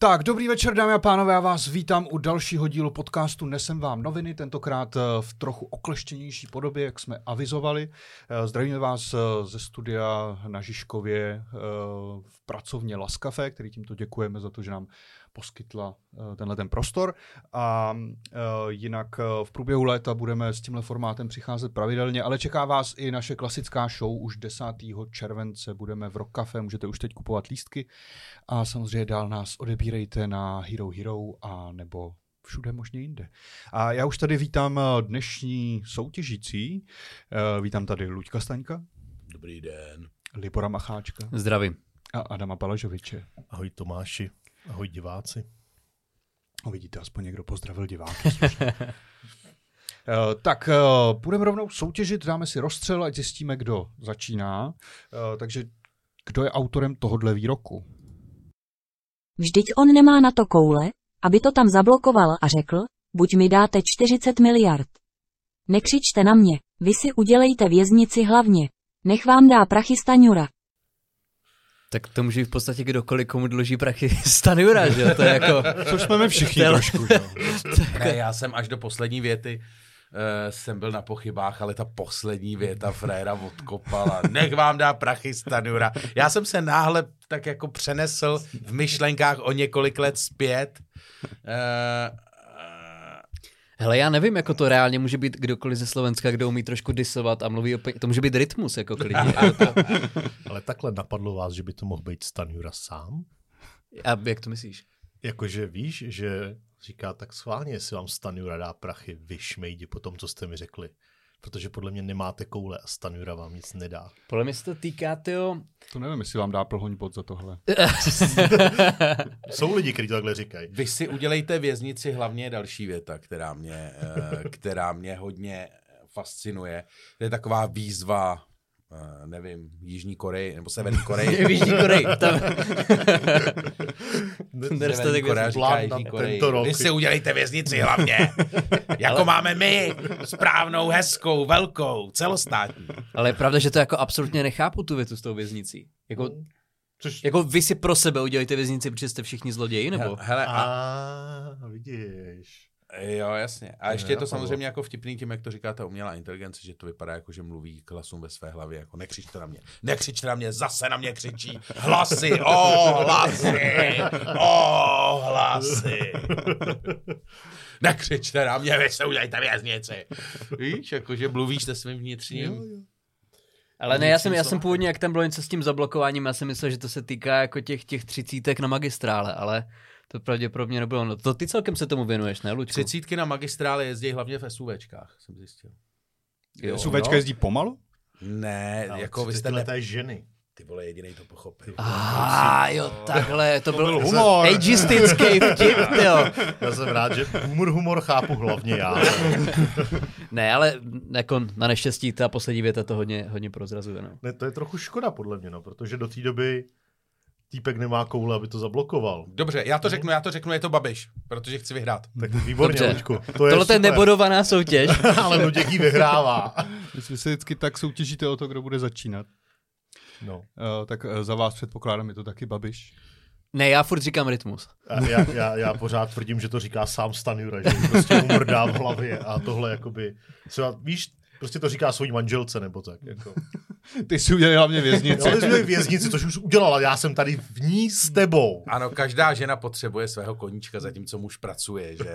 Tak, dobrý večer, dámy a pánové, já vás vítám u dalšího dílu podcastu Nesem vám noviny, tentokrát v trochu okleštěnější podobě, jak jsme avizovali. Zdravíme vás ze studia na Žižkově v pracovně Laskafe, který tímto děkujeme za to, že nám poskytla tenhle ten prostor. A jinak v průběhu léta budeme s tímhle formátem přicházet pravidelně, ale čeká vás i naše klasická show. Už 10. července budeme v Rock Café, můžete už teď kupovat lístky. A samozřejmě dál nás odebírejte na Hero Hero a nebo všude možně jinde. A já už tady vítám dnešní soutěžící. Vítám tady Luďka Staňka. Dobrý den. Libora Macháčka. Zdravím. A Adama Palažoviče. Ahoj Tomáši. Ahoj diváci. Vidíte, aspoň někdo pozdravil diváky. Tak budeme rovnou soutěžit, dáme si rozstřel, ať zjistíme, kdo začíná. Takže kdo je autorem tohodle výroku? Vždyť on nemá na to koule, aby to tam zablokoval a řekl, buď mi dáte 40 miliard. Nekřičte na mě, vy si udělejte věznici hlavně. Nech vám dá prachy Staňura. Tak to může v podstatě kdokoliv, komu dluží prachy Stanjura, že? To je jako... Což jsme my všichni trošku. Ne, já jsem až do poslední věty jsem byl na pochybách, ale ta poslední věta fréra odkopala. Nech vám dá prachy Stanjura. Já jsem se náhle tak jako přenesl v myšlenkách o několik let zpět. Hele, já nevím, jako to reálně může být kdokoliv ze Slovenska, kdo umí trošku disovat a mluví to může být Rytmus, jako klidně. Ale takhle napadlo vás, že by to mohl být Stanjura sám? A jak to myslíš? Jakože víš, že říká tak schválně, jestli vám Stanjura dá prachy, vy šmejdi po tom, co jste mi řekli. Protože podle mě nemáte koule a Stanjura vám nic nedá. Podle mě se to týká, tyjo... To nevím, jestli vám dá plhoň pod za tohle. Jsou lidi, kteří to takhle říkají. Vy si udělejte věznici, hlavně další věta, která mě hodně fascinuje. To je taková výzva, nevím, Jižní Koreji, nebo Severní Koreji. V Jižní Koreji. Severní Korea říká Jižní Koreji. Vy si udělejte věznici hlavně. Jako máme my. Správnou, hezkou, velkou, celostátní. Ale je pravda, že to jako absolutně nechápu tu větu s tou věznicí. Jako vy si pro sebe udělejte věznici, protože jste všichni zloději, nebo? Hele, vidíš. Jo, jasně. A ještě je to samozřejmě jako vtipný tím, jak to říká ta umělá inteligence, že to vypadá jako, že mluví k hlasům ve své hlavě, jako nekřičte na mě, nekřičte na mě, zase na mě křičí, hlasy, hlasy. Nekřičte na mě, vy se udělejte věznici. Víš, jakože mluvíš se svým vnitřním. Jo. Ale ne, já jsem původně, jak tam bylo něco s tím zablokováním, já jsem myslel, že to se týká jako těch 30 na magistrále, ale to pravděpodobně nebylo. No, to ty celkem se tomu věnuješ, ne, Luďku? 30 na magistrále jezdí hlavně v SUVčkách, jsem zjistil. SUVčka jezdí pomalu? Ne, ale jako vy jste leté ženy. Ty vole, jedinej to pochopil. Jo, takhle, to byl humor. Ageistický vtip, jo. Já jsem rád, že humor chápu hlavně já. Ne, ale jako na neštěstí ta poslední věta to hodně prozrazuje. No. Ne, to je trochu škoda podle mě, no, protože do té doby týpek nemá koule, aby to zablokoval. Dobře, já to řeknu, je to Babiš, protože chci vyhrát. Tak výborně, Luďku. Tohle je nebodovaná soutěž. Ale Luděk jí vyhrává. Vy se vždycky tak soutěžíte o to, kdo bude začínat. No. Tak za vás předpokládám, je to taky Babiš. Ne, já furt říkám Rytmus. Já pořád tvrdím, že to říká sám Stanjura, že prostě humor dá v hlavě a tohle jakoby, třeba, víš, prostě to říká svojí manželce nebo tak. Jako. Ty jsi udělali hlavně věznici. Ale jsi věznici, což už udělala, já jsem tady v ní s tebou. Ano, každá žena potřebuje svého koníčka, zatímco muž pracuje, že?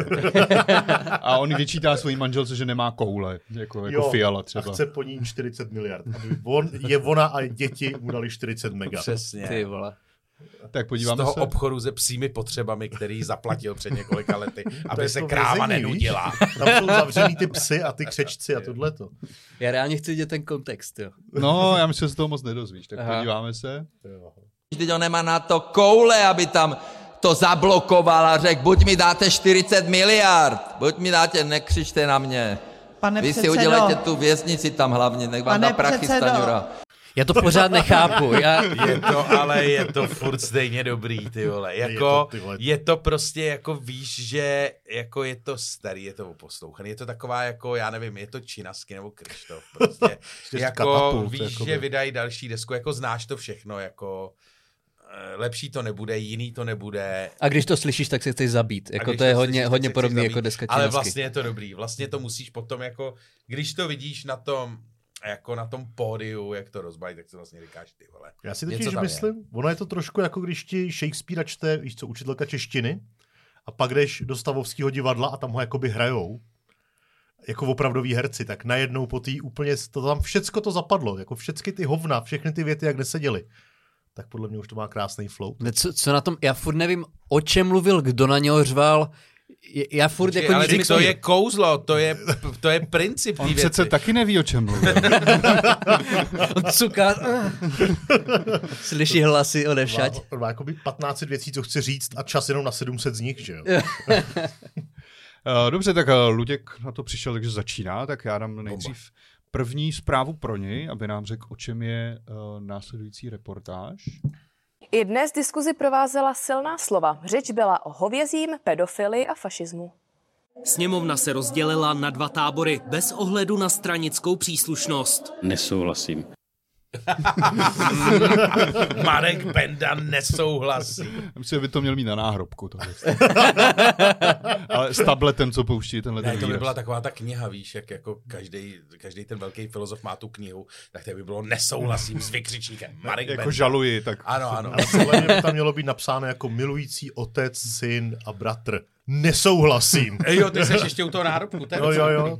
A on vyčítá svojí manželce, že nemá koule, jako Fiala třeba. A chce po ní 40 miliard. Ona a děti mu dali 40 mega. Přesně. Ty vole. Tak podíváme z toho se. obchodu se psími potřebami, který zaplatil před několika lety, aby se kráva nenudila. Tam jsou zavřený ty psy a ty křečci a tohleto. Já reálně chci vidět ten kontext, jo. No, já myslím, že se toho moc nedozvíš, tak podíváme se. Vždyť on nemá na to koule, aby tam to zablokoval a řekl, buď mi dáte 40 miliard, buď mi dáte, nekřičte na mě. Pane Vy předsedo, si udělejte tu věznici tam hlavně, nech vám dá prachy Stanjura. Já to pořád nechápu. Je to furt stejně dobrý, ty vole. Jako, je to prostě jako víš, že jako je to starý, je to oposlouchaný. Je to taková jako, já nevím, je to Činasky nebo Krištof. Prostě jako víš, že vydají další desku, jako znáš to všechno, jako lepší to nebude, jiný to nebude. A když to slyšíš, tak si chceš zabít. Jako to je hodně podobný jako deska ale vlastně je to dobrý. Vlastně to musíš potom jako, když to vidíš na tom pódiu, jak to rozbaví, tak to vlastně říkáš ty vole. Já si totiž myslím, ono je to trošku jako když ti Shakespearea čte, víš co, učitelka češtiny, a pak jdeš do Stavovského divadla a tam ho jakoby hrajou, jako opravdoví herci, tak najednou po té úplně, to tam všecko to zapadlo, jako všechny ty hovna, všechny ty věty, jak neseděly. Tak podle mě už to má krásný flow. Co na tom, já furt nevím, o čem mluvil, kdo na něho řval. Já furt jako ale to je kouzlo, to je princip té věci. On přece taky neví, o čem mluvil. On cuká. Slyší hlasy odevšať. On má jakoby 15 věcí, co chce říct a čas jenom na 700 z nich, že jo? Dobře, tak Luděk na to přišel, takže začíná, tak já dám nejdřív první zprávu pro něj, aby nám řekl, o čem je následující reportáž. I dnes diskuzi provázela silná slova. Řeč byla o hovězím, pedofilii a fašismu. Sněmovna se rozdělila na 2 tábory bez ohledu na stranickou příslušnost. Nesouhlasím. Marek Benda nesouhlasí. Myslím, že by to měl mít na náhrobku. Ale s tabletem, co pouští tenhle ten výraz. To by výraz. byla taková ta kniha, víš, jak jako každý ten velký filozof má tu knihu, tak to by bylo nesouhlasím s vykřičníkem. Marek jako Benda. Žaluji. Tak... Ano. Ale podle mě by tam mělo být napsáno jako milující otec, syn a bratr. Nesouhlasím. Jo, ty seš ještě u toho náhrobku. Jo.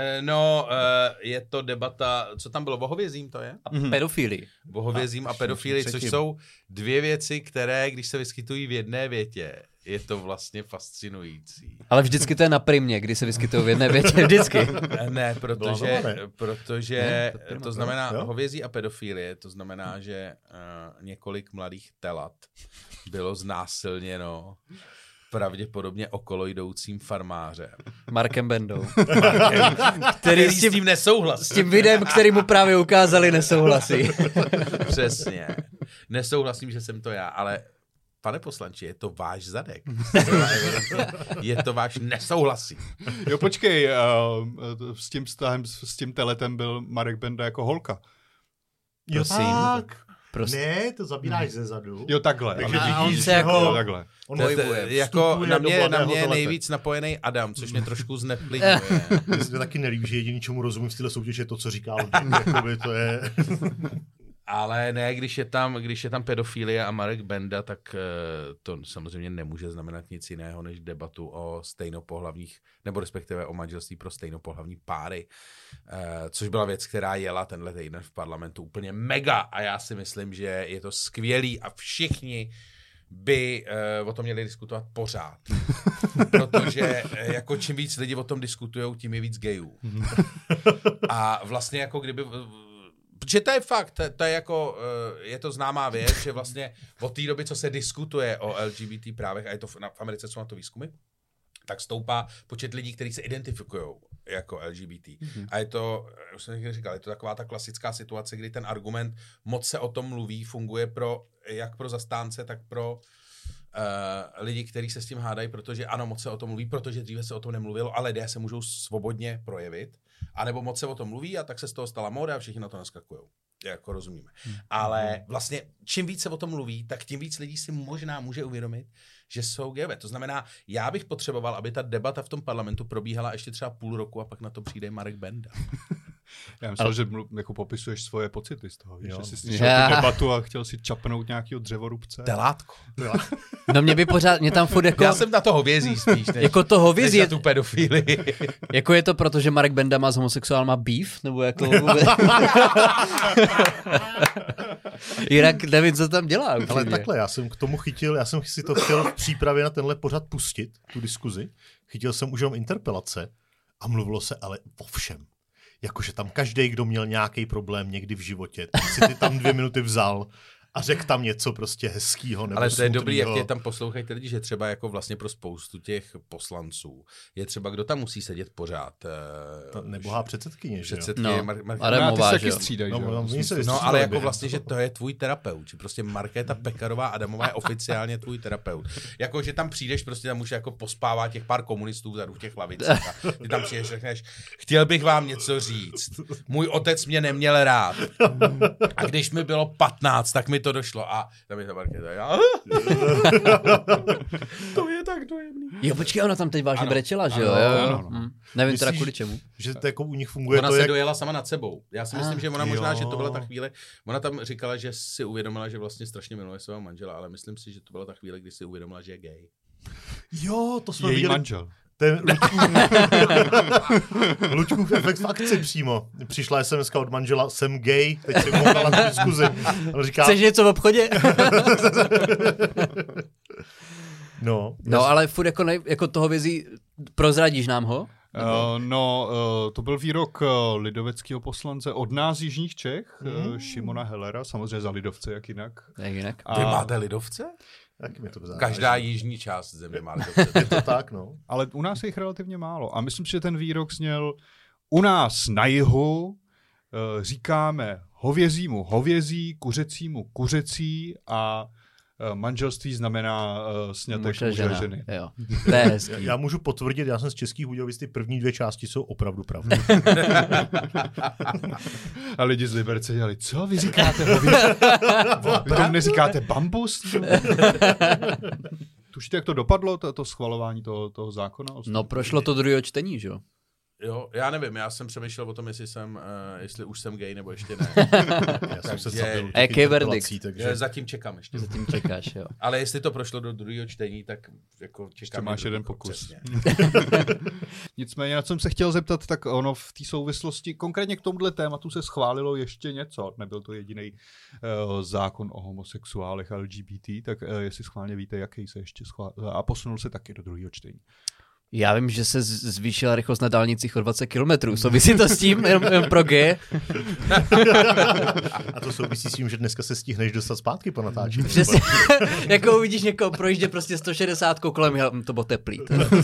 Je to debata, co tam bylo, o hovězím to je? Pedofilii. O hovězím a pedofilii, což jsou 2 věci, které, když se vyskytují v jedné větě, je to vlastně fascinující. Ale vždycky to je na primě, kdy se vyskytují v jedné větě, vždycky. Ne, protože to znamená hovězí a pedofilie, to znamená, že několik mladých telat bylo znásilněno pravděpodobně okolojdoucím farmářem. Markem Bendou. Který s tím nesouhlasí. S tím videem, který mu právě ukázali, nesouhlasí. Přesně. Nesouhlasím, že jsem to já, ale pane poslanče, je to váš zadek. Je to váš nesouhlasí. Jo, počkej, s tím vztahem, s tím teletem byl Marek Benda jako holka. Jo, tak. Prostě. Ne, to zabíráš ze zadu. Jo, takhle. Takže on vidíš, se jako... takhle. On jako na mě je nejvíc napojený Adam, což mě trošku zneplňuje. Mně se taky nelíbí, že jediný, čemu rozumím v téhle soutěži, je to, co říká Luděk. To je... Ale ne, když je tam pedofilie a Marek Benda, tak to samozřejmě nemůže znamenat nic jiného, než debatu o stejnopohlavních, nebo respektive o manželství pro stejnopohlavní páry, což byla věc, která jela tenhle týden v parlamentu úplně mega a já si myslím, že je to skvělý a všichni by o tom měli diskutovat pořád. Protože jako čím víc lidi o tom diskutujou, tím je víc gayů. A vlastně jako kdyby... Protože to je fakt, to je jako, je to známá věc, že vlastně od té doby, co se diskutuje o LGBT právech, a je to v Americe jsou na to výzkumy, tak stoupá počet lidí, kteří se identifikují jako LGBT. A je to, už jsem někdy říkal, je to taková ta klasická situace, kdy ten argument moc se o tom mluví, funguje jak pro zastánce, tak pro lidi, kteří se s tím hádají, protože ano, moc se o tom mluví, protože dříve se o tom nemluvilo, ale lidé se můžou svobodně projevit. A nebo moc se o tom mluví a tak se z toho stala móda a všichni na to naskakují. Jako rozumíme. Ale vlastně čím víc se o tom mluví, tak tím víc lidí si možná může uvědomit, že jsou gayové. To znamená, já bych potřeboval, aby ta debata v tom parlamentu probíhala ještě třeba půl roku a pak na to přijde Marek Benda. Já myslel, že jako popisuješ svoje pocity z toho, že jsi slyšel tu debatu a chtěl si čapnout nějakého dřevorubce. Telátko. No mě tam furt jako... Já jsem na to hovězí spíš, jako to hovězí než na tu pedofilii. Jako je to proto, že Marek Benda má s homosexuálma beef? Nebo jako vůbec... Jinak nevím, co tam dělá. Upřímně. Ale takhle, já jsem k tomu já jsem si to chtěl v přípravě na tenhle pořad pustit, tu diskuzi. Chytil jsem už jenom interpelace a mluvilo se ale o všem. Jakože tam každý, kdo měl nějaký problém někdy v životě, tak si ty tam 2 minuty vzal a řekl tam něco prostě hezkýho nebo ale to je dobrý, jak smutnýho. je tam poslouchají ty lidi, že třeba jako vlastně pro spoustu těch poslanců je třeba, kdo tam musí sedět pořád. Ta nebohá předsedkyně, že jo? No, Adamová, ty se taky střídají, že jo? No, ale jako vlastně, že to je tvůj terapeut, že prostě Markéta Pekarová Adamová je oficiálně tvůj terapeut. Jako, že tam přijdeš, prostě tam už jako pospává těch pár komunistů vzadu v těch lavicích a ty tam přijdeš, řekneš, chtěl bych vám něco říct. Můj otec mě neměl rád. A když mi bylo 15, tak mi mi to došlo a tam je ta Markéta. To je tak dojemný. Jo, počkej, ona tam teď vážně brečela, že jo? Ano. Nevím Myslíš, teda kvůli čemu. Že to jako u nich funguje Ona to, se jak... dojela sama nad sebou. Já si myslím, že ona možná, jo. že to byla ta chvíle, ona tam říkala, že si uvědomila, že vlastně strašně miluje svého manžela, ale myslím si, že to byla ta chvíle, kdy si uvědomila, že je gay. Jo, to jsme Její viděli. manžel. Ten Luďkův efekt v akci přímo. Přišla SMS-ka od manžela, jsem gay, teď si mohl na diskuzi. On říká, Chceš něco v obchodě? no, Ale furt jako toho vězí, prozradíš nám ho? To byl výrok lidoveckého poslance od nás Jižních Čech, Šimona Hellera, samozřejmě za lidovce, jak jinak. Jak jinak? Vy máte lidovce? taky mi to záleží. Každá jižní část země má lidovce. Je to tak, no. Ale u nás je jich relativně málo. A myslím, že ten výrok zněl, u nás na jihu říkáme hovězímu hovězí, kuřecímu kuřecí a manželství znamená sňatek muže a ženy. Jo. To je hezký. Já můžu potvrdit, já jsem z Českých Budějovic, ty první 2 části jsou opravdu pravda. A lidi z Liberce dělali, co vy říkáte hovězí? Vy tomu neříkáte bambus? Tušíte, jak to dopadlo, to schvalování toho zákona? No prošlo to druhého čtení, že jo? Jo, já nevím, já jsem přemýšlel o tom, jestli už jsem gay, nebo ještě ne. Já jsem se zabil. Jaký verdikt? Takže... Zatím čekám ještě. Zatím čekáš, jo. Ale jestli to prošlo do druhého čtení, tak jako čekám. Ještě máš jeden pokus. Přesně. Nicméně, na co jsem se chtěl zeptat, tak ono v té souvislosti, konkrétně k tomuhle tématu se schválilo ještě něco. Nebyl to jediný zákon o homosexuálech a LGBT, tak jestli schválně víte, jaký se ještě schválil. A posunul se taky do druhého čtení. Já vím, že se zvýšila rychlost na dálnicích o 20 km. Souvisí to s tím, jenom pro G. A to souvisí s tím, že dneska se stihneš dostat zpátky po natáčení. Přesně. Jako uvidíš někoho projíždě prostě 160 kolem, to bylo teplý.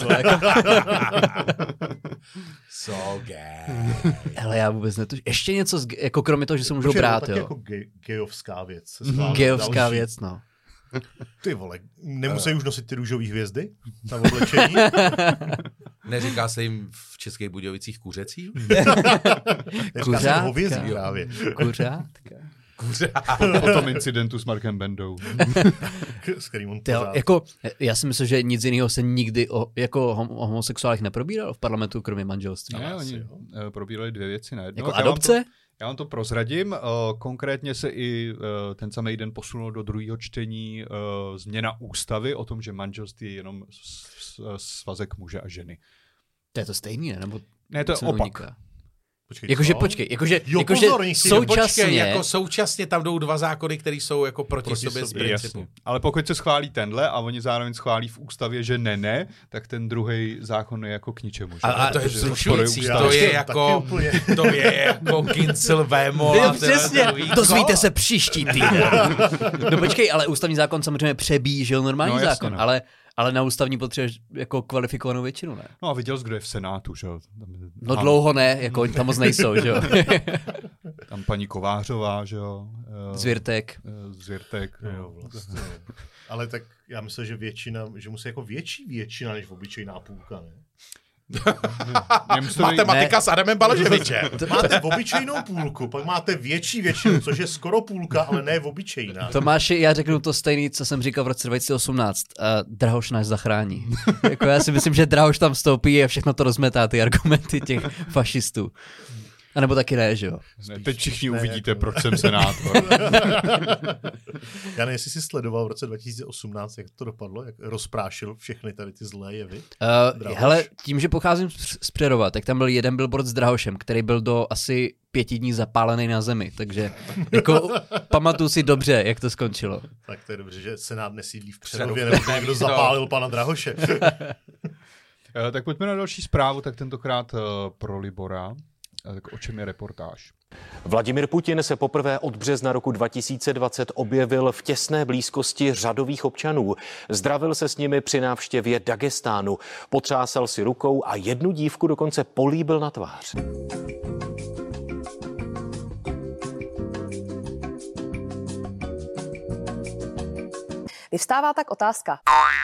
So gay. Hele, já vůbec netuším. Ještě něco, jako kromě toho, že se můžou brát, jo. Jako gejovská věc. Gejovská věc, no. Ty vole, nemusí už nosit ty růžové hvězdy na oblečení? Neříká se jim v Českých Budějovicích kuřecí? Kuřátka. Hovězí právě. Kuřátka. Po tom incidentu s Markem Bendou. S kterým on jako, já si myslím, že nic jiného se nikdy o homosexuálech neprobíralo v parlamentu, kromě manželství. Ne, oni probírali 2 věci najednou. Jako adopce? Já vám to prozradím. Konkrétně se i ten samý den posunul do druhého čtení změna ústavy o tom, že manželství je jenom svazek muže a ženy. To je to stejný, ne? Nebo ne, to je opak. Jakože současně tam jdou 2 zákony, které jsou jako proti sobě z principu. Ale pokud se schválí tenhle a oni zároveň schválí v ústavě, že ne, tak ten druhý zákon je jako k ničemu. Že? A to je vzrušující. To je jako Kincel Vémol. Přesně, dozvíte se příští týden. No počkej, ale ústavní zákon samozřejmě přebížil normální zákon, ale na ústavní potřebuješ jako kvalifikovanou většinu, ne? No a viděl jsi, kdo je v Senátu, že jo? No dlouho ne, jako oni tam moc nejsou, že jo? Tam paní Kovářová, že jo? Zvěrtek. Jo, vlastně. Ale tak já myslím, že že musí jako většina než obyčejná půlka, ne? Matematika s Adamem Balaževičem. Máte obyčejnou půlku, pak máte větší většinu, což je skoro půlka, ale ne obyčejná. Tomáši, já řeknu to stejný, co jsem říkal v roce 2018. Drahoš nás zachrání. Jako já si myslím, že Drahoš tam vstoupí a všechno to rozmetá, ty argumenty těch fašistů. A nebo taky ne, že jo? Teď všichni uvidíte, proč jsem senátor. Já nevím, jestli jsi sledoval v roce 2018, jak to dopadlo, jak rozprášil všechny tady ty zlé jevy. Hele, tím, že pocházím z Přerova, tak tam byl jeden billboard s Drahošem, který byl do asi 5 dní zapálený na zemi, takže jako pamatuju si dobře, jak to skončilo. Tak to je dobře, že Senát nesídlí v Přerově, nebo někdo zapálil pana Drahoše. Tak pojďme na další zprávu, tak tentokrát pro Libora. Tak o čem je reportáž? Vladimir Putin se poprvé od března roku 2020 objevil v těsné blízkosti řadových občanů. Zdravil se s nimi při návštěvě Dagestánu. Potřásal si rukou a jednu dívku dokonce políbil na tvář. Vyvstává tak otázka.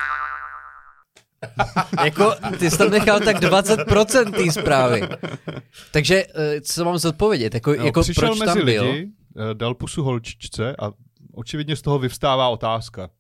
Jako, ty jsi tam nechal tak 20% té zprávy. Takže, co mám zodpovědět? Jako proč tam byl? Lidi, dal pusu holčičce a Očividně z toho vyvstává otázka.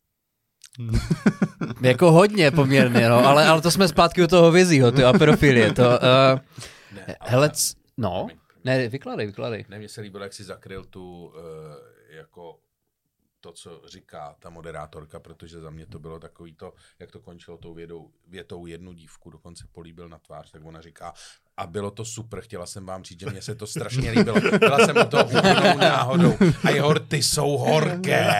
Jako hodně poměrně, no, ale to jsme zpátky u toho hovězího, ty aperofilie, to, hele, no, ne, vykládej. Ne, mně se líbilo, jak si zakryl tu, jako to, co říká ta moderátorka, protože za mě to bylo takový to, jak to končilo tou větou jednu dívku, dokonce políbil na tvář, tak ona říká, a bylo to super, chtěla jsem vám říct, že mně se to strašně líbilo. Byla jsem u toho úplnou náhodou a jeho rty jsou horké.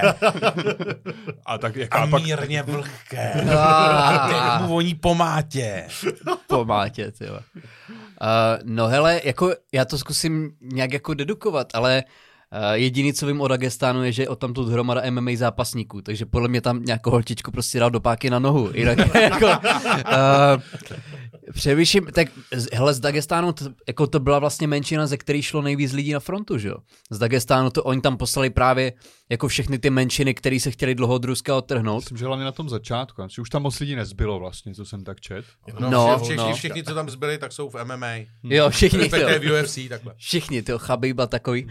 A mírně vlhké. A teď mu voní po mátě. Po mátě, tyjo. No hele, jako já to zkusím nějak jako dedukovat, ale jediný, co vím o Dagestánu, je, že je odtamtud hromada MMA zápasníků, takže podle mě tam nějakou holčičku prostě dal do páky na nohu. Jinak, jako, přemýšlím, tak hele, z Dagestánu jako to byla vlastně menšina, ze který šlo nejvíc lidí na frontu, že jo? Z Dagestánu to oni tam poslali právě jako všechny ty menšiny, které se chtěli dlouho od Ruska odtrhnout. Myslím, že hlavně na tom začátku, už tam moc lidí nezbylo vlastně, co jsem tak čet. Všichni, co tam zbyli, tak jsou v MMA. Jo, všichni. V UFC, takhle. Všichni, tyjo, Chabíba takový.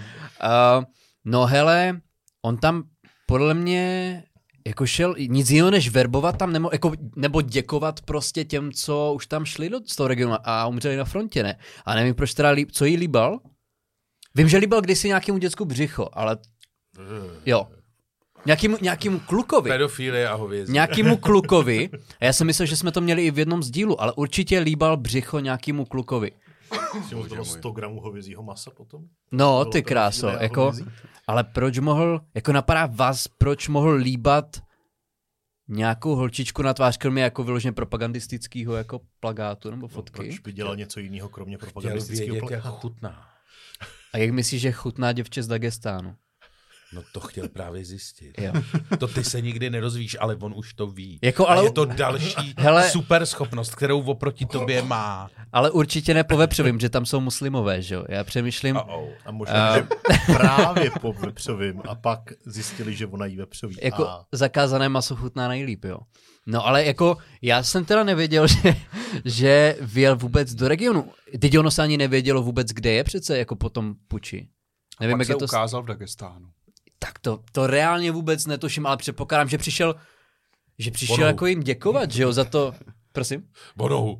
No hele, on tam podle mě jako šel nic jiného než verbovat tam, nebo děkovat prostě těm, co už tam šli z toho regionu a umřeli na frontě, ne? A nevím, proč teda co jí líbal. Vím, že líbal kdysi nějakému děcku břicho, ale jo. Nějakému klukovi. Pedofilie a hovězí. Nějakému klukovi. A já jsem myslel, že jsme to měli i v jednom z dílu, ale určitě líbal břicho nějakému klukovi. To bylo 100 gramů hovězího masa potom? No, ty kráso, jako, ale proč mohl, jako napadá vás, proč mohl líbat nějakou holčičku na tvář, kromě jako vyloženě propagandistického jako plagátu nebo fotky? Proč by dělal něco jiného, kromě propagandistického plagátu? Jak chutná. A jak myslíš, že chutná děvče z Dagestánu? No to chtěl právě zjistit. Jo. To ty se nikdy nerozvíš, ale on už to ví. Jako, ale je to další super schopnost, kterou oproti tobě má. Ale určitě ne po vepřovým, že tam jsou muslimové, že jo? Já přemýšlím... A možná, že právě po vepřovým a pak zjistili, že ona jí vepřový. Jako zakázané maso chutná nejlíp, jo. No ale jako, já jsem teda nevěděl, že vyjel vůbec do regionu. Teď ono se ani nevědělo vůbec, kde je přece, jako po tom puči. Nevím, jak se ukázal v Dagestánu. Tak to reálně vůbec netuším, ale předpokládám, že přišel jako jim děkovat, že jo, za to... Prosím? Bonohu.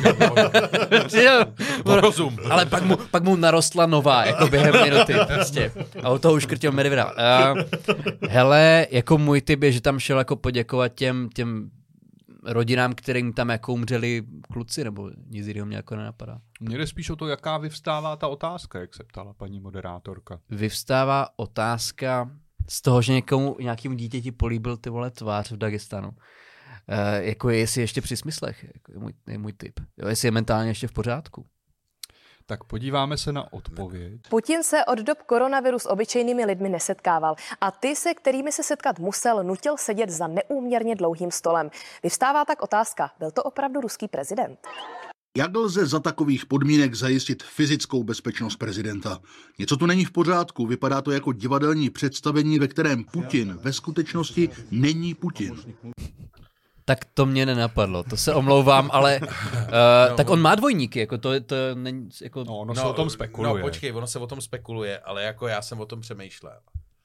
Rozum. Ale pak mu narostla nová, jako během minuty. Prostě. A u toho už krtil Medvěda. Hele, jako můj tip je, že tam šel jako poděkovat těm rodinám, kterým tam jako umřeli kluci, nebo nic jiného mě jako nenapadá. Mně jde spíš o to, jaká vyvstává ta otázka, jak se ptala paní moderátorka. Vyvstává otázka z toho, že nějakému dítěti políbil ty vole tvář v Dagestanu. Jako jestli ještě při smyslech, jako je můj tip. Jo, jestli je mentálně ještě v pořádku. Tak podíváme se na odpověď. Putin se od dob koronaviru s obyčejnými lidmi nesetkával a ty, se kterými se setkat musel, nutil sedět za neúměrně dlouhým stolem. Vyvstává tak otázka, byl to opravdu ruský prezident? Jak lze za takových podmínek zajistit fyzickou bezpečnost prezidenta? Něco tu není v pořádku, vypadá to jako divadelní představení, ve kterém Putin ve skutečnosti není Putin. Tak to mě nenapadlo, to se omlouvám, ale tak on má dvojníky, jako to není, jako... No, ono se o tom spekuluje. No počkej, ono se o tom spekuluje, ale jako já jsem o tom přemýšlel.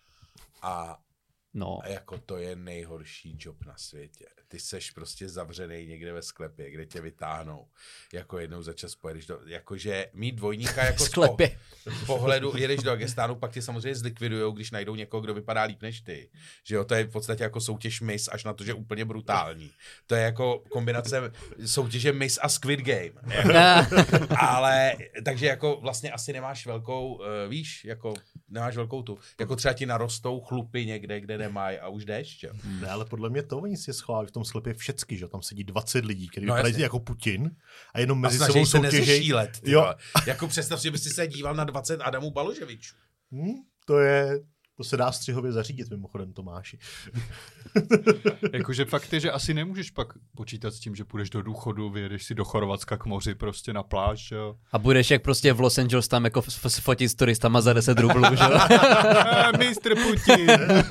A jako to je nejhorší job na světě. Ty seš prostě zavřenej někde ve sklepě, kde tě vytáhnou. Jako jednou za čas pojedeš do... Jakože mít dvojníka jako sklepě. Z pohledu jedeš do Dagestánu, pak tě samozřejmě zlikvidujou, když najdou někoho, kdo vypadá líp než ty. Že jo, to je v podstatě jako soutěž Miss, až na to, že úplně brutální. To je jako kombinace soutěže Miss a Squid Game. Jako. Ale, takže jako vlastně asi nemáš velkou, víš, jako nemáš velkou tu. Jako třeba ti narostou chlupy někde, kde nemají a už jdeš, jo. Ne, ale podle mě to oni si schovávají v tom sklepě všecky, že tam sedí 20 lidí, kteří vypadají jako Putin a jenom mezi sebou soutěží. Jako představ si, že bys si se díval na 20 Adamů Baloževičů. To se dá střihově zařídit, mimochodem, Tomáši. Jakože fakt je, že asi nemůžeš pak počítat s tím, že půjdeš do důchodu, vyjedeš si do Chorvatska k moři, prostě na pláž, jo. A budeš jak prostě v Los Angeles tam jako fotit s turistama za 10 rublů, že jo. Mistr Putin.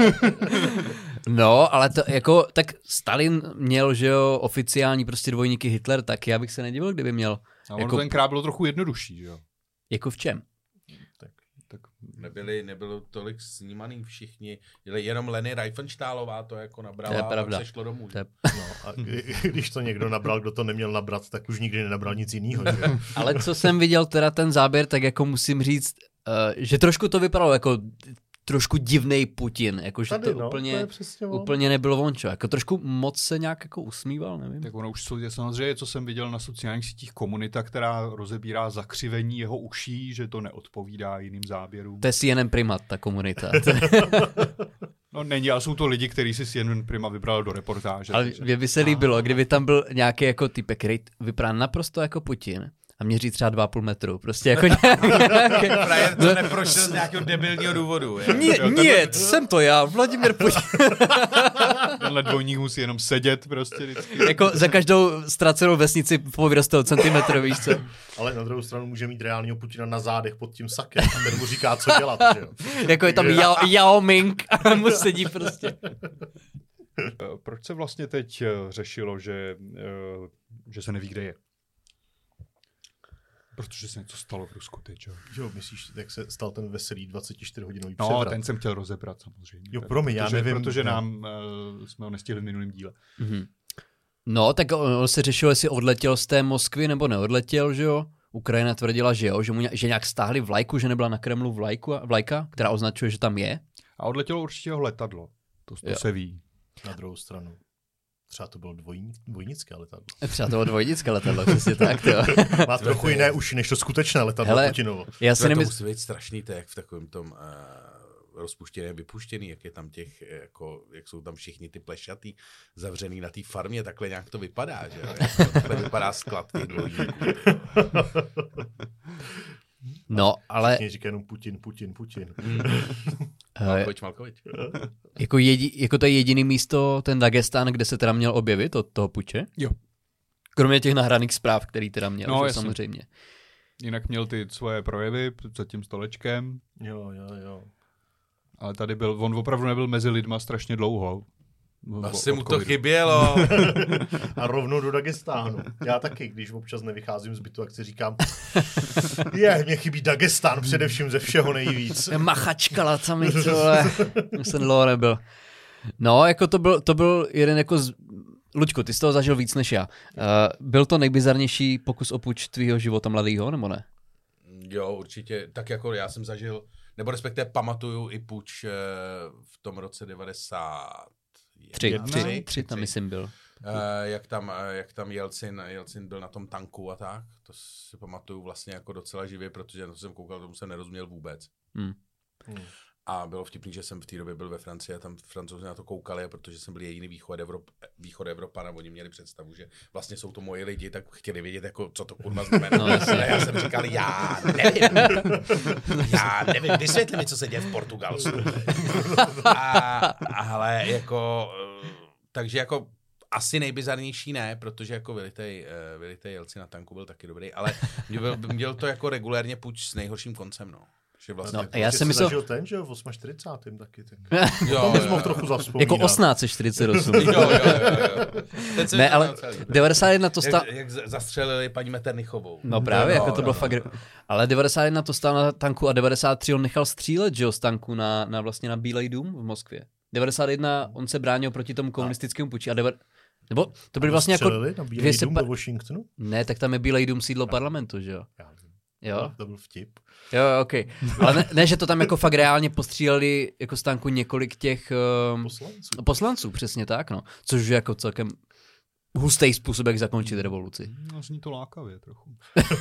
No, ale to jako, tak Stalin měl, že jo, oficiální prostě dvojníky, Hitler, tak já bych se nedivil, kdyby měl. A ono tenkrát bylo trochu jednodušší, že jo. Jako v čem? Tak Nebylo tolik snímaný všichni, jenom Leny Riefenstahlová to jako nabrala a pak se šlo domů. No, a když to někdo nabral, kdo to neměl nabrat, tak už nikdy nenabral nic jiného. Ale co jsem viděl teda ten záběr, tak jako musím říct, že trošku to vypadalo jako trošku divnej Putin, jakože Tady, to to úplně nebylo vončo, jako trošku moc se nějak jako usmíval, nevím. Tak ono už je samozřejmě, co jsem viděl na sociálních sítích, komunita, která rozebírá zakřivení jeho uší, že to neodpovídá jiným záběrům. To je CNN Prima, ta komunita. No není, ale jsou to lidi, kteří si CNN Prima vybral do reportáže. Ale mě by se líbilo, kdyby tam byl nějaký jako typek, který vypadá naprosto jako Putin a měří třeba 2,5 metru. Prostě jako nějaký... Frajer to neprošel z nějakého debilního důvodu. Nie, jsem to já, Vladimír Putin. Tenhle dvojník musí jenom sedět prostě vždycky. Jako za každou ztracenou vesnici po centimetru, víš co? Ale na druhou stranu může mít reálního Putina na zádech pod tím sakem a ten mu říká, co dělat, že jo? Jako je tam Yao Ming a mu sedí prostě. Proč se vlastně teď řešilo, že se neví, kde je? Protože se něco stalo v Rusku teď, jo? Myslíš, jak se stal ten veselý 24-hodinový převrat? převrat? No, ten jsem chtěl rozebrat samozřejmě. Jo, promiň, já nevím. Protože jsme ho nestihli v minulém díle. Mm-hmm. No, tak on se řešil, jestli odletěl z té Moskvy nebo neodletěl, že jo? Ukrajina tvrdila, že jo, že nějak stáhli vlajku, že nebyla na Kremlu vlajka, která označuje, že tam je. A odletělo určitě jeho letadlo. To se ví. Na druhou stranu. Třeba to bylo dvojnické letadlo. Třeba to bylo dvojnické letadlo, přesně tak. Jo. Má trochu jiné uši, než to skutečné letadlo Putinovo. To musí být strašný, to jak v takovém tom rozpuštěném, vypuštěný, jak je tam těch, jako, jak jsou tam všichni ty plešatý zavřený na té farmě, takhle nějak to vypadá, že? Takhle vypadá sklad těch dvojníků. No, ale... Všichni říkají jenom Putin. Malkovič. Jako to je jediný místo, ten Dagestán, kde se teda měl objevit od toho puče? Jo. Kromě těch nahraných zpráv, který teda měl, no, samozřejmě. Jinak měl ty svoje projevy za tím stolečkem. Jo. Ale tady on opravdu nebyl mezi lidma strašně dlouho. Asi mu to chybělo. A rovnou do Dagestánu. Já taky, když občas nevycházím z bytu, tak si říkám, mě chybí Dagestán především ze všeho nejvíc. Machačkala, co mi tohle. Jsem dlouho nebyl. No, jako to byl jeden jako Luďku, ty jsi toho zažil víc než já. Byl to nejbizarnější pokus o puč tvýho života mladýho, nebo ne? Jo, určitě. Tak jako já jsem zažil, nebo respektive pamatuju i puč v tom roce 93 tam myslím byl. Jak tam Jelcin byl na tom tanku a tak. To si pamatuju vlastně jako docela živě, protože na to jsem koukal, tomu jsem nerozuměl vůbec. A bylo vtipný, že jsem v té době byl ve Francii a tam Francouzi na to koukali, protože jsem byl jediný východ Evropan a oni měli představu, že vlastně jsou to moji lidi, tak chtěli vědět, jako, co to kurva znamená. No, já jsem říkal, já nevím, vysvětli mi, co se děje v Portugalsku. Ale jako, takže jako asi nejbizarnější ne, protože jako vylitej Jelcin na tanku byl taky dobrý, ale měl to jako regulérně puč s nejhorším koncem, no. Vlastně no, já jsem myslel... zažil ten, že jo, v 48. taky. Tak. To bys mohl trochu zavzpomínat. Jako 1848. jo. Ne, ale 91 to stál... Jak zastřelili paní Metternichovou. No právě, jako to bylo fakt... Ale 91 to stál na tanku a 93 on nechal střílet, že jo, z tanku na vlastně na Bílej dům v Moskvě. 91 on se bránil proti tomu komunistickému puči a nebo to byly vlastně jako... na Bílej dům do Washingtonu? Ne, tak tam je Bílej dům sídlo parlamentu, že jo. Jo. To byl vtip. Jo, ok. Ale ne, že to tam jako fakt reálně postříleli jako z tanku několik těch poslanců, přesně tak, no. Což je jako celkem hustý způsob, jak zakončit revoluci. No, zní to lákavě trochu.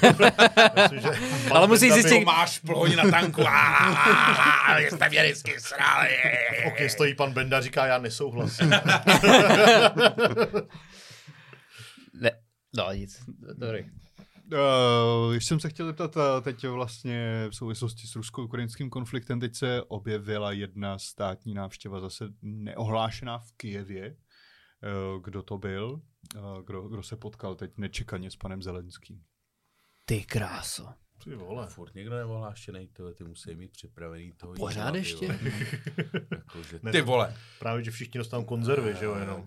Ale musíš zjistit... Máš ploň na tanku. Jste mě vždycky srali. Ok, stojí pan Benda a říká, já nesouhlasím. Ne, no nic, dobrý. Když jsem se chtěl zeptat, teď vlastně v souvislosti s rusko-ukrajinským konfliktem, teď se objevila jedna státní návštěva zase neohlášená v Kyjevě. Kdo to byl? Kdo se potkal teď nečekaně s panem Zelenským? Ty kráso. Ty vole. Furt někdo neohlášený, ty musí mít připravený toho. Pořád ještě? Ty vole. Právě, že všichni dostanou konzervy, že jo, jenom.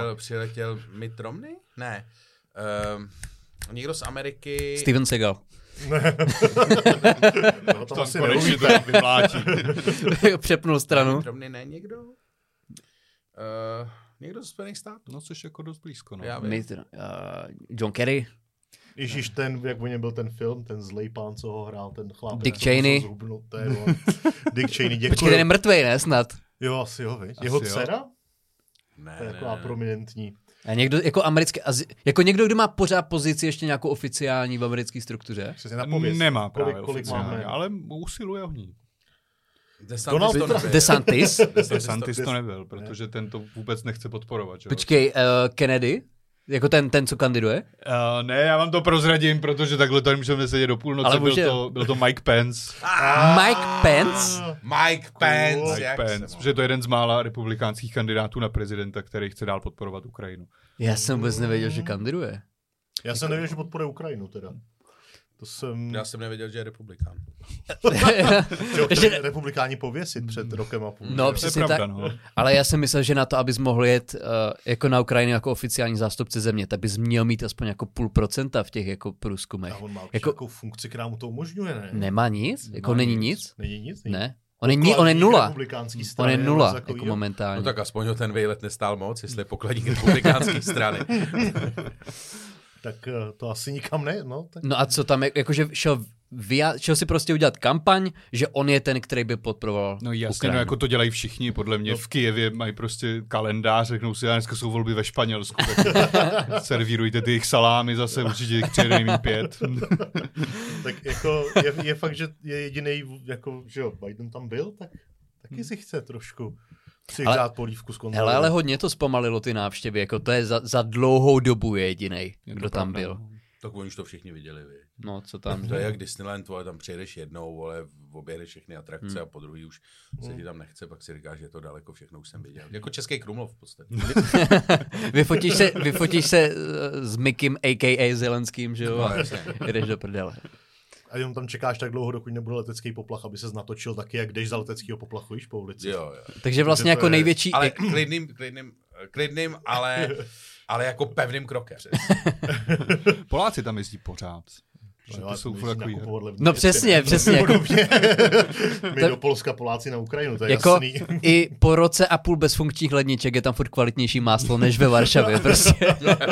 Přiletěl Mitt Romney? Ne. Někdo z Ameriky... Steven Seagal. No, to asi neuvíte. Přepnul stranu. Drobný ne někdo? Někdo z Spojených států? No, což jako dost blízko. No. John Kerry. Ježíš, ten, jak o něm byl ten film, ten zlej pán, co ho hrál, ten chlap. Dick Cheney. Dick Cheney, děkuji. Počkej, ten je mrtvej, ne, snad? Jo, asi jo, viď? Jeho dcera? Ne, to je taková prominentní. A někdo jako americký, jako někdo, kdo má pořád pozici ještě nějakou oficiální v americké struktuře? Nemá právě kolik oficiální, ale usiluje o ní. DeSantis? DeSantis to nebyl, protože ten to vůbec nechce podporovat. Že? Počkej, Kennedy? Jako ten, co kandiduje? Ne, já vám to prozradím, protože takhle tady můžeme sedět do půlnoci. Ale byl to Mike Pence. Mike Pence? Mike Pence, protože to je jeden z mála republikánských kandidátů na prezidenta, který chce dál podporovat Ukrajinu. Já jsem vůbec nevěděl, že kandiduje. Já jsem nevěděl, že podporuje Ukrajinu teda. Já jsem nevěděl, že je republikán. Republikáni pověsit před rokem a půl. No, přesně tak. No. Ale já jsem myslel, že na to, abys mohl jet jako na Ukrajinu jako oficiální zástupce země, tak bys měl mít aspoň jako 0,5% v těch jako průzkumech. A on má jako funkci, která mu to umožňuje, ne? Nemá nic? Jako není nic? Není nic? Ne. On je nula. On je nula, jako momentálně. No tak aspoň ho ten vejlet nestál moc, jestli je pokladník republikánské strany. Tak to asi nikam ne, no. Tak... No a co tam, jakože šel si prostě udělat kampaň, že on je ten, který by podporoval No jasně, Ukrajinu. no jako to dělají všichni, podle mě. V Kyjevě mají prostě kalendář, řeknou si, dneska jsou volby ve Španělsku, tak servírujte ty jejich salámy zase, určitě jich přijede nejmíň 5. Tak jako je fakt, že je jedinej, jako, že jo, Biden tam byl, tak taky si chce trošku přihřát polívku z konzole. Ale hodně to zpomalilo ty návštěvy, jako to je za dlouhou dobu je jedinej, kdo tam byl. Tak oni už to všichni viděli, vy. No, co tam? To je jak Disneyland, vole, tam přijedeš jednou, vole, objedeš všechny atrakce a po druhý už se ti tam nechce, pak si říkáš, že je to daleko, všechno už jsem viděl. Jako Český Krumlov v podstatě. vyfotíš se s Mikim, a.k.a. Zelenským, že jo? No, a jdeš do prdele. A jenom tam čekáš tak dlouho, dokud nebude letecký poplach, aby ses natočil taky, jak jdeš za leteckýho poplachu, víš, po ulici. Jo. Takže vlastně jako největší... Ale klidným, ale jako pevným krokem. Poláci tam jezdí pořád. No, jsou takový. No přesně. My do Polska, Poláci na Ukrajinu, to je jako jasný. I po roce a půl bez funkčních ledniček je tam furt kvalitnější máslo než ve Varšavě, prostě.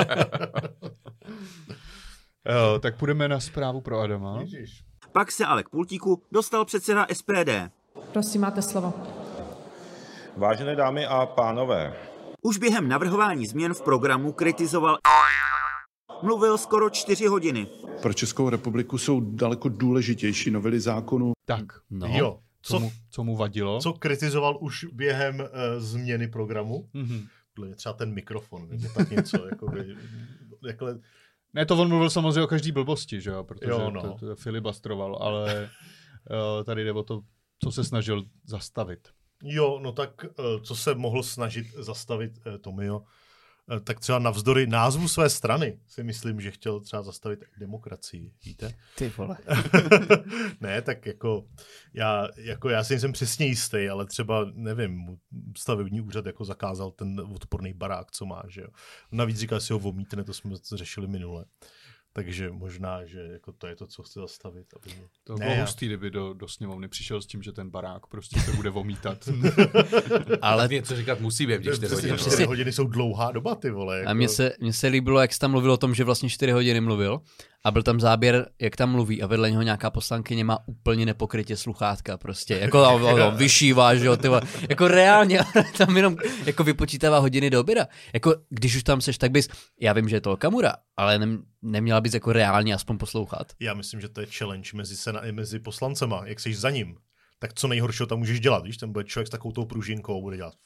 Tak půjdeme na zprávu pro Adama. Ježiš. Pak se ale k pultíku dostal předseda SPD. Prosím, máte slovo. Vážené dámy a pánové. Už během navrhování změn v programu kritizoval mluvil skoro 4 hodiny. Pro Českou republiku jsou daleko důležitější novely zákonů. Tak, no. Jo. Co mu vadilo? Co kritizoval už během změny programu? Mm-hmm. Třeba ten mikrofon, nebo tak něco. Jakoby. Ne, to on mluvil samozřejmě o každý blbosti, že jo? Protože jo, to filibastroval, ale tady jde o to, co se snažil zastavit. Jo, no tak co se mohl snažit zastavit Tomio, tak třeba navzdory názvu své strany si myslím, že chtěl třeba zastavit demokracii, víte? Ty vole. Ne, tak já si nejsem přesně jistý, ale třeba, nevím, stavební úřad jako zakázal ten odporný barák, co má, že jo. Navíc říkal, že si ho vomítne, to jsme řešili minule. Takže možná, že jako to je to, co chce zastavit. Aby... To bylo hustý, kdyby do sněmovny přišel s tím, že ten barák prostě se bude vomítat. Ale něco říkat musí během těch 4 hodin. 4 hodiny jsou dlouhá doba, ty vole. Jako... A mně se líbilo, jak jsi tam mluvil o tom, že vlastně 4 hodiny mluvil a byl tam záběr, jak tam mluví a vedle něho nějaká poslankyně má úplně nepokrytě sluchátka prostě. Jako vyšívá, že jo, ty vole. Jako reálně tam jenom jako vypočítává hodiny do oběda. Jako když už tam seš, tak bys, já vím, že je to Okamura, ale neměla bys jako reálně aspoň poslouchat. Já myslím, že to je challenge mezi poslancema, jak seš za ním. Tak co nejhoršího tam můžeš dělat, víš? Ten bude člověk s takovou tou pružinkou, bude dělat.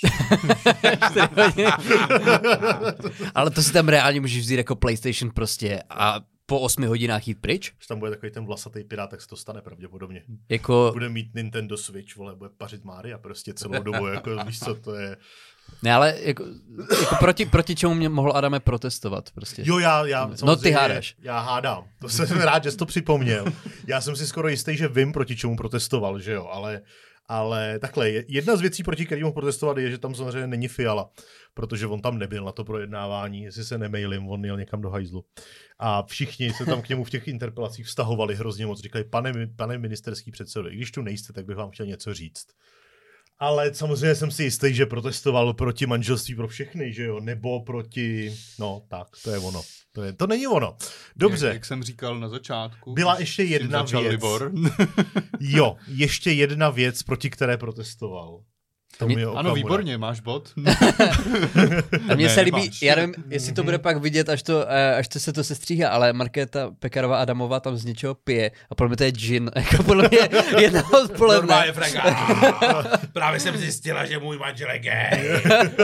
Ale to si tam reálně můžeš vzít jako PlayStation prostě a po 8 hodinách jít pryč? Když tam bude takový ten vlasatý pirát, tak se to stane pravděpodobně. Jako... Bude mít Nintendo Switch, vole, bude pařit Mária prostě celou dobu, jako víš co, to je... Ne, ale jako proti čemu mě mohl Adame protestovat prostě. Jo, já no ty hádáš. Já hádám, to jsem rád, že jsi to připomněl. Já jsem si skoro jistý, že vím, proti čemu protestoval, že jo, Ale takhle, jedna z věcí, proti kterým mohl protestovat, je, že tam samozřejmě není Fiala, protože on tam nebyl na to projednávání, jestli se nemailím, on jel někam do hajzlu. A všichni se tam k němu v těch interpelacích vztahovali hrozně moc, říkali, pane ministerský předsedo, i když tu nejste, tak bych vám chtěl něco říct. Ale samozřejmě jsem si jistý, že protestoval proti manželství pro všechny, že jo, nebo proti, no tak, to je ono. To není ono. Dobře. Jak jsem říkal na začátku. Byla ještě jedna věc. Libor. Jo, ještě jedna věc, proti které protestoval. Ano, výborně, máš bod. A mně se líbí, já nevím, jestli to bude pak vidět, až to se to sestříhá, ale Markéta Pekarová Adamová tam z něčeho pije a podle mě to je gin. Jako podle mě jedna odpoledne. Normálně právě jsem zjistila, že můj manžel je gay.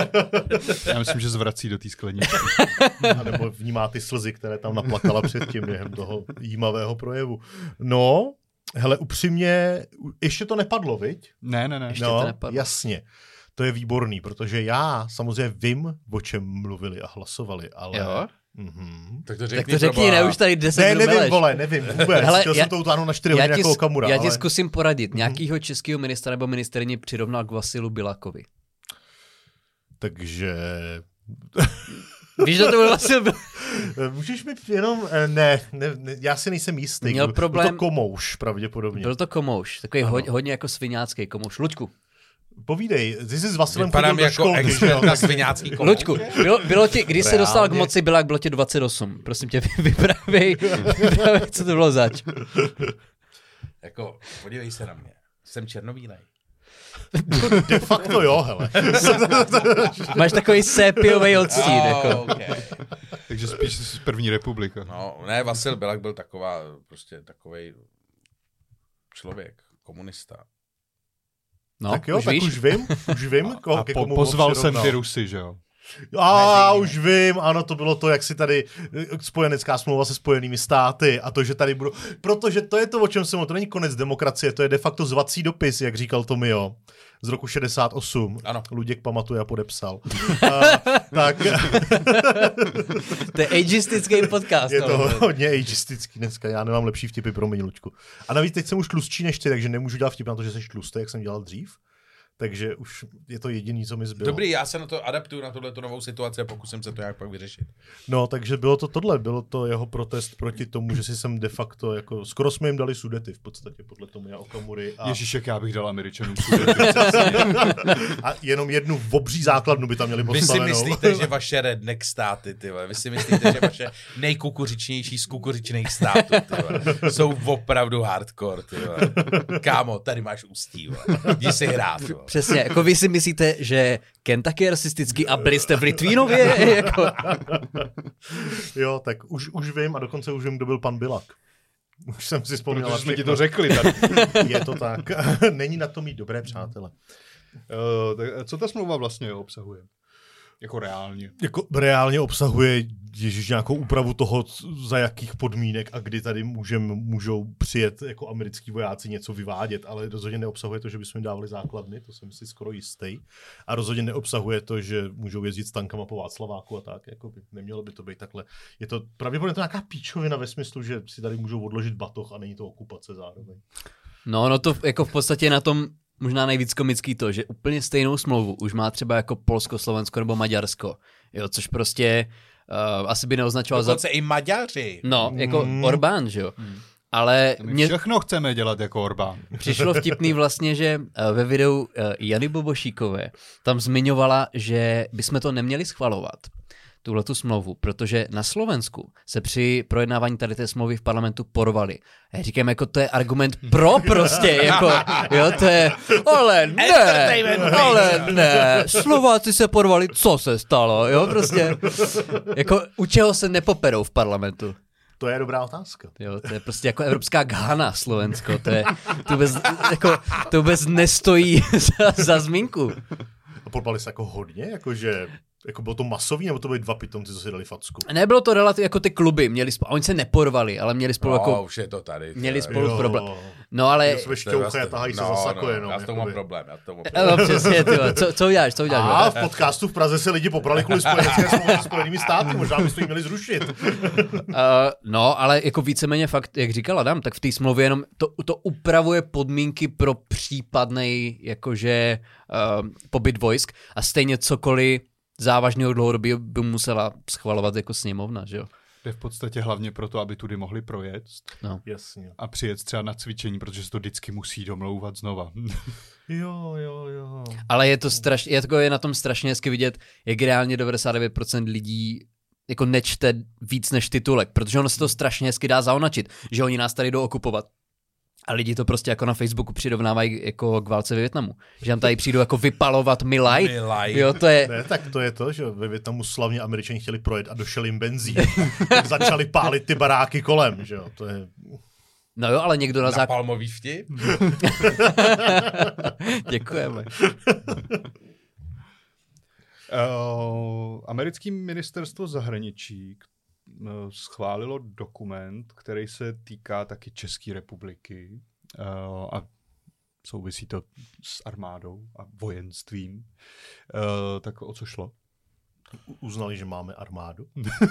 Já myslím, že zvrací do té skleničky. A nebo vnímá ty slzy, které tam naplakala předtím během toho jímavého projevu. No, hele, upřímně, ještě to nepadlo, viď? Ne. Ještě to nepadlo. Jasně. To je výborný, protože já samozřejmě vím, o čem mluvili a hlasovali, ale... Jo? Tak to řekni, ne, už tady 10 minut nevím, meleš. vole, nevím vůbec. Chtěl jsem to utáhnout na 4 hodiny jako Okamura. Já ti zkusím poradit. Nějakýho českého ministra nebo ministryni přirovnal k Vasilu Bilakovi. Takže... Víš, že to byl Vasil Bilak? Můžeš mi jenom... Ne, já si nejsem jistý. Měl problém... Byl to komouš, pravděpodobně. Byl to komouš, takový hodně jako sviňácký komouš. Luďku. Povídej, ty jsi s Vasilem chodil do školky. Vypadám jako sviňácký komouš. Luďku, bylo ti, když se dostal k moci Bilak, bylo ti 28. Prosím tě, vyprávěj, co to bylo zač. Jako, podívej se na mě. Jsem černobílej. De facto jo, hele. Máš takový sépiový odstín. Jako. Okay. Takže spíš z první republika. No, ne, Vasil Bilak byl takovej člověk, komunista. No, tak jo, už vím. A pozval jsem ty Rusy, že jo? Už vím, ano, to bylo to, jak si tady spojenecká smlouva se Spojenými státy a to, že tady budou, protože to je to, o čem jsem, to není konec demokracie, to je de facto zvací dopis, jak říkal Tomio, z roku 68. Ano. Luděk pamatuje a podepsal. Tak. To je ageistický podcast. Je to hodně ageistický dneska, já nemám lepší vtipy, promiň, Luďku. A navíc teď jsem už tlustší než ty, takže nemůžu dělat vtip na to, že jsi tlustý, jak jsem dělal dřív. Takže už je to jediný, co mi zbylo. Dobrý, já se na to adaptuju, na tuhletu novou situaci a pokusím se to nějak pak vyřešit. No, takže bylo to jeho protest proti tomu, že si jsem de facto, jako, skoro jsme jim dali Sudety v podstatě, podle Tomia Okamury. Ježíš, jak já bych dal Američanům Sudety. A jenom jednu obří základnu by tam měli postavenou. Vy si myslíte, že vaše redneck státy, vy si myslíte, že vaše nejkukuřičnější z kukuřičných států, jsou opravdu hardcore, kámo, tady máš Ústí, jdi si hrát, Přesně, jako vy si myslíte, že Kentucky je rasistický a byli jste v Litvínově? Jako... Jo, tak už vím a dokonce už vím, kdo byl pan Bilak. Už jsem si vzpomněl. Protože jsme ti to řekli. Tady. Je to tak. Není na to mít dobré přátele. Co ta smlouva vlastně obsahuje? Jako reálně. Jako reálně obsahuje nějakou úpravu toho, za jakých podmínek a kdy tady můžou přijet jako americký vojáci něco vyvádět, ale rozhodně neobsahuje to, že bychom jim dávali základny, to jsem si skoro jistý. A rozhodně neobsahuje to, že můžou jezdit s tankama po Václaváku a tak. Jako nemělo by to být takhle. Je to pravděpodobně to nějaká píčovina ve smyslu, že si tady můžou odložit batoh a není to okupace zároveň. No to jako v podstatě na tom možná nejvíc komický to, že úplně stejnou smlouvu už má třeba jako Polsko, Slovensko nebo Maďarsko, jo, což prostě asi by neoznačoval dokonce i Maďaři. No, jako Orbán, že jo. Ale my všechno chceme dělat jako Orbán. Přišlo vtipný vlastně, že ve videu Jany Bobošíkové tam zmiňovala, že bychom to neměli schvalovat, tuhletu smlouvu, protože na Slovensku se při projednávání tady té smlouvy v parlamentu porvali. Já říkám, jako to je argument pro prostě, jako, jo, to je, ale ne, Slováci se porvali, co se stalo, jo, prostě, jako u čeho se nepoperou v parlamentu. To je dobrá otázka. Jo, to je prostě jako evropská Ghana, Slovensko, to vůbec nestojí za zmínku. A porvali se jako hodně, jakože Jako bylo to masový, nebo to byly 2 pitomci, co si dali facku? Nebylo to relativně jako ty kluby, oni se neporvali, ale měli spolu jako... už je to tady. Měli spolu problém. No ale... Šťoucha, tahají se za sako jenom. Já s tomu mám problém. No přesně, co uděláš? A v podcastu v Praze se lidi poprali kvůli Spojenými státy, možná byste ji měli zrušit. No, ale jako víceméně fakt, jak říkal Adam, tak v té smlouvě jenom to upravuje podmínky pro případnej jakože pobyt vojsk a stejně cokoliv závažného dlouhodobí by musela schvalovat jako sněmovna, že jo? Jde v podstatě hlavně proto, aby tudy mohli projet. No. Jasně. A přijet třeba na cvičení, protože se to vždycky musí domlouvat znova. Jo. Ale je to strašně, je na tom strašně hezky vidět, jak reálně 99% lidí jako nečte víc než titulek, protože ono se to strašně hezky dá zaonačit, že oni nás tady jdou okupovat. A lidi to prostě jako na Facebooku přirovnávají jako k válce ve Vietnamu. Že tam tady přijdou jako vypalovat Milaj. Jo, to je... Ne, tak to je to, že ve Vietnamu slavně Američani chtěli projet a došel jim benzín. Tak začali pálit ty baráky kolem, že jo. To je... No jo, ale někdo na palmový vtip? Děkujeme. Americké ministerstvo zahraničí schválilo dokument, který se týká taky České republiky a souvisí to s armádou a vojenstvím. Tak o co šlo? Uznali, že máme armádu?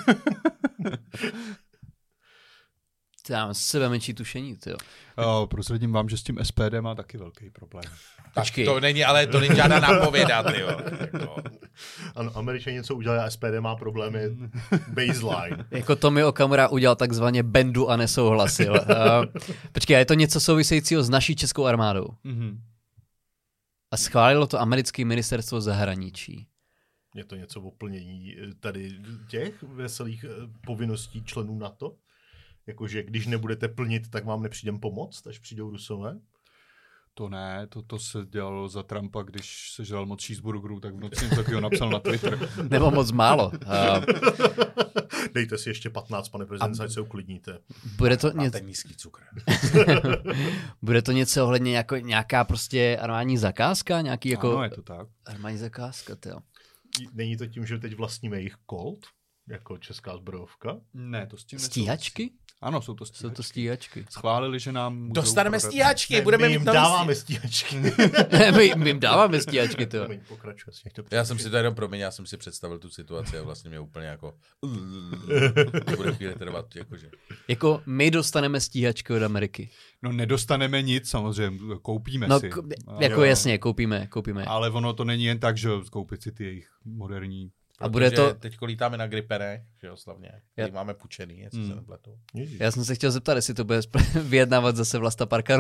Já mám sebe menší tušení, tyjo. Prozradím vám, že s tím SPD má taky velký problém. Tak to není žádná nápověda, tyjo. Ano, Američani něco udělali a SPD má problémy baseline. Jako Tomio Okamura udělal takzvaně bendu a nesouhlasil. Počkej, a je to něco souvisejícího s naší českou armádou? Mm-hmm. A schválilo to americké ministerstvo zahraničí. Je to něco o plnění tady těch veselých povinností členů NATO? Jakože když nebudete plnit, tak vám nepřijdem pomoct, až přijdou Rusové? To ne, to se dělalo za Trumpa, když se žral moc cheeseburgerů, tak v noci něco takového napsal na Twitter. Nebo moc málo. Dejte si ještě 15, pane prezident, ať se uklidníte. Bude to máte nízký cukr. Bude to něco ohledně nějaká prostě armádní zakázka? Nějaký jako... Ano, je to tak. Armádní zakázka, tyjo. Není to tím, že teď vlastníme jejich Colt? Jako česká zbrojovka? Ne, to s tím Stíhačky? Ano, jsou to stíhačky. Jsou to stíhačky. Schválili, že nám můžou dostaneme prodat. stíhačky, Ne, budeme my jim mít dáváme stíhačky. my jim dáváme stíhačky, to. Já jsem si to jenom já jsem si představil tu situaci a vlastně mě úplně jako bude chvíli trvat, jakože. Jako my dostaneme stíhačky od Ameriky. No nedostaneme nic, samozřejmě, koupíme si. Jako jasně, koupíme. Ale ono to není jen tak, že koupit si ty jejich moderní. A bude to... Teď lítáme na Gripenech, že jo, slavně. Teď máme pučený, jestli se nepletu. Já jsem se chtěl zeptat, jestli to bude vyjednávat zase Vlasta Parkanu.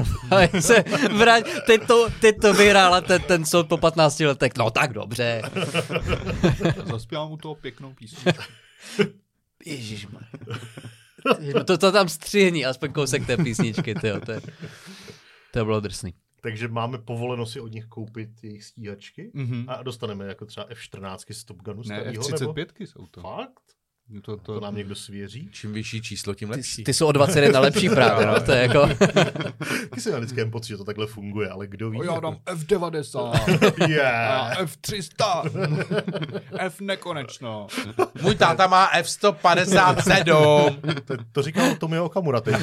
Teď to vyhrála ten soud po 15 letech. No tak dobře. Zaspívám mu toho pěknou písničku. Ježišmarja. To tam střihni, aspoň kousek té písničky. To bylo drsný. Takže máme povoleno si od nich koupit jejich stíhačky a dostaneme jako třeba F-14 z Top Gunu starýho, F-35 jsou to. Fakt? To nám někdo svěří? Čím vyšší číslo, tím lepší. Ty jsou o 21 lepší právě, no, to je jako... Taky jsem vždycky jen pocit, že to takhle funguje, ale kdo ví? Já dám F-90. Yeah. F-300. F nekonečno. Můj táta má F-157. To říkal Tomio Okamura teď.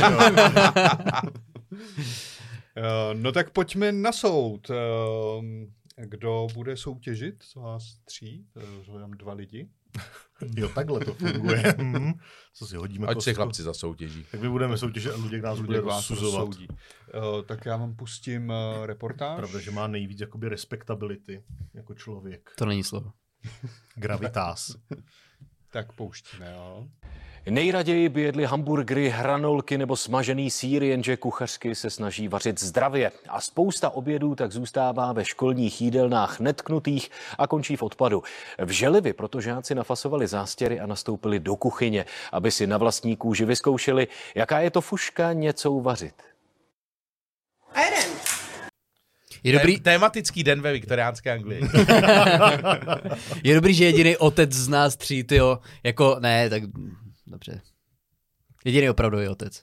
No tak pojďme na soud. Kdo bude soutěžit z vás 3? Hledám 2 lidi. Jo, takhle to funguje. Co si hodíme? Ať si chlapci zasoutěží. Tak my budeme soutěžit a Luděk nás bude rozsuzovat. Tak já vám pustím reportáž. Pravda, že má nejvíc jakoby respektability jako člověk. To není slovo. Gravitas. Tak pouštíme, jo. Nejraději by jedli hamburgery, hranolky nebo smažený sýr, jenže kuchařky se snaží vařit zdravě. A spousta obědů tak zůstává ve školních jídelnách netknutých a končí v odpadu. V Želivě proto žáci nafasovali zástěry a nastoupili do kuchyně, aby si na vlastní kůži vyzkoušeli, jaká je to fuška něco uvařit. Je dobrý... Tématický den ve viktoriánské Anglii. Je dobrý, že jediný otec z nás 3, tyjo, jako, ne, tak dobře. Jediný opravdový otec.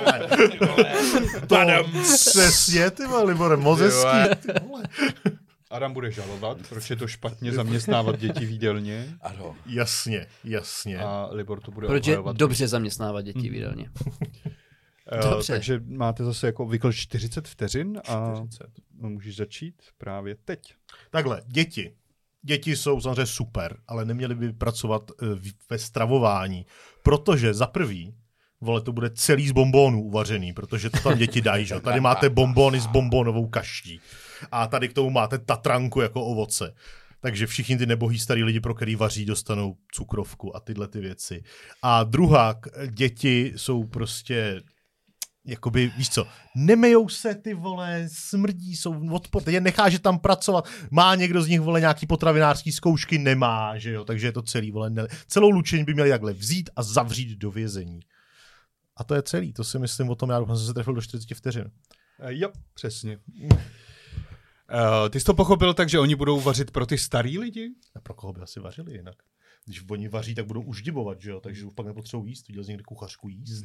Přesně, ty vole, Libore, mozeský. A Adam bude žalovat, proč je to špatně zaměstnávat děti v jídelně. Ano. Jasně. A Libor to bude Proč je obhajovat. dobře zaměstnávat děti v jídelně. Dobře. Takže máte zase jako obvykle 40 vteřin a můžeš začít právě teď. Takhle, děti. Děti jsou samozřejmě super, ale neměly by pracovat ve stravování, protože za prvý, vole, to bude celý z bonbónů uvařený, protože to tam děti dají, že? Tady máte bonbóny s bonbónovou kaští a tady k tomu máte tatranku jako ovoce. Takže všichni ty nebohý starý lidi, pro který vaří, dostanou cukrovku a tyhle ty věci. A druhá, děti jsou prostě... Jakoby, víš co, nemejou se ty, vole, smrdí, jsou odpor, teď je necháš tam pracovat, má někdo z nich, vole, nějaký potravinářský zkoušky, nemá, že jo, takže je to celý, vole, celou Lučeň by měli takhle vzít a zavřít do vězení. A to je celý, to si myslím o tom, já doufám, že jsem se trefil do 40 vteřin. Jo, přesně. Ty jsi to pochopil tak, že oni budou vařit pro ty starý lidi? A pro koho by asi vařili jinak? Když oni vaří, tak budou uždibovat, že jo? Takže už pak nepotřebují jíst. Viděl jsi někdy kuchařku jíst?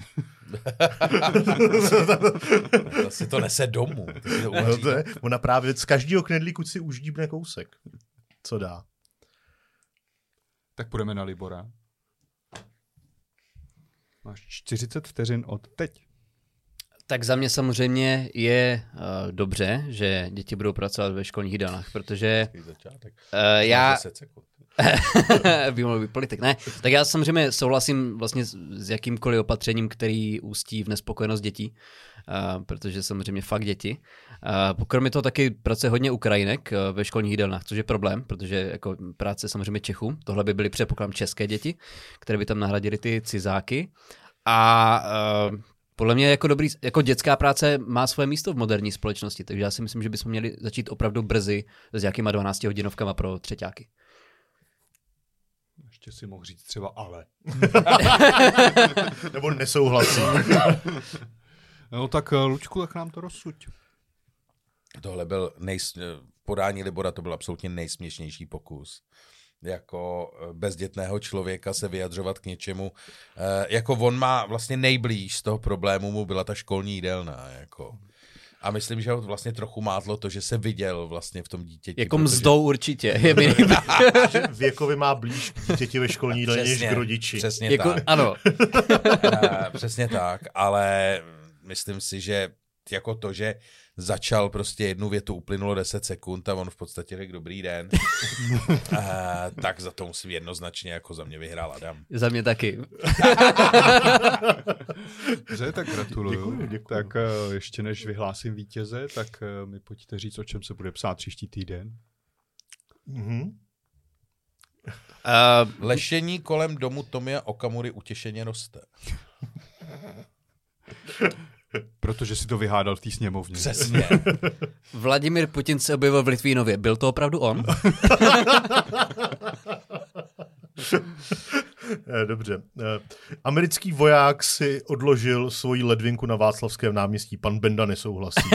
To si to nese domů. Ona právě z každého knedlíku si uždíbne kousek. Co dá? Tak půjdeme na Libora. Máš 40 vteřin od teď. Tak za mě samozřejmě je dobře, že děti budou pracovat ve školních jídelnách, protože já... by mohl být politik, ne? Tak já samozřejmě souhlasím vlastně s jakýmkoliv opatřením, který ústí v nespokojenost dětí, protože samozřejmě fakt děti. Kromě toho taky pracuje hodně Ukrajinek ve školních jídelnách, což je problém, protože jako práce samozřejmě Čechů, tohle by byly předpokládám české děti, které by tam nahradily ty cizáky. A podle mě jako dětská práce má svoje místo v moderní společnosti, takže já si myslím, že bychom měli začít opravdu brzy s nějakýma 12 hodinovkama pro třeťáky. Ještě si mohl říct třeba ale. Nebo nesouhlasím. No tak Lučku, tak nám to rozsuď. Tohle byl podání Libora, to byl absolutně nejsměšnější pokus. Jako bezdětného člověka se vyjadřovat k něčemu. Jako on má vlastně nejblíž z toho problému mu byla ta školní jídelna. Jako. A myslím, že ho vlastně trochu mátlo to, že se viděl vlastně v tom dítěti. Jako mzdou určitě. Že věkově má blíž k dítěti ve školní jídelně než k rodiči. Přesně jako, tak. Ano. Přesně tak, ale myslím si, že jako to, že začal prostě jednu větu, uplynulo 10 sekund a on v podstatě řekl dobrý den, tak za to musím jednoznačně jako za mě vyhrál Adam. Za mě taky. Dobře, tak gratuluju. Děkuju. Tak ještě než vyhlásím vítěze, tak mi pojďte říct, o čem se bude psát příští týden. Lešení kolem domu Tomia Okamury utěšeně roste. Protože si to vyhádal v té sněmovně. Přesně. Vladimír Putin se objevil v Litvínově. Byl to opravdu on? Dobře. Americký voják si odložil svoji ledvinku na Václavském náměstí. Pan Benda nesouhlasí.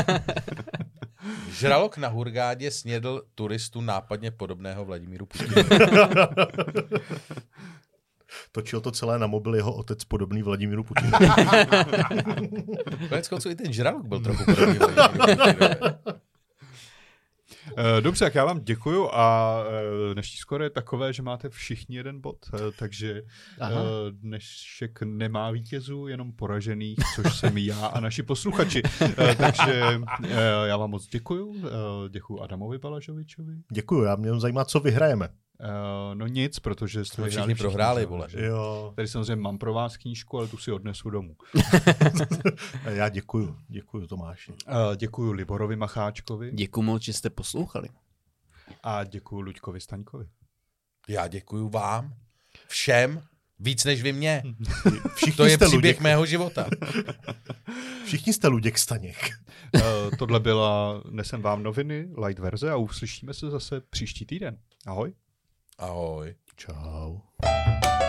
Žralok na Hurgádě snědl turistu nápadně podobného Vladimíru Putinovi. Točil to celé na mobil jeho otec podobný Vladimíru Putinovi. Konec konců i ten žralok byl trochu podobný Vladimíru Putinovi. Dobře, tak já vám děkuju a dnešní skoro je takové, že máte všichni jeden bod, takže dnešek nemá vítězů, jenom poražených, což jsem já a naši posluchači. Takže já vám moc děkuju Adamovi Balažovičovi. Děkuju, já mě zajímá, co vyhrajeme. No nic, protože jste všichni prohráli, vole. Jo. Tady samozřejmě mám pro vás knížku, ale tu si odnesu domů. Já děkuju Tomáši. Děkuju Liborovi Macháčkovi. Děkuju moc, že jste poslouchali. A děkuju Luďkovi Staňkovi. Já děkuju vám všem, víc než vy mě. Všichni to je jste příběh Luděk. mého života. Všichni jste Luděk Staněk. Tohle byla Nesem vám noviny, light verze a uslyšíme se zase příští týden. Ahoj. Ahoj. Čau.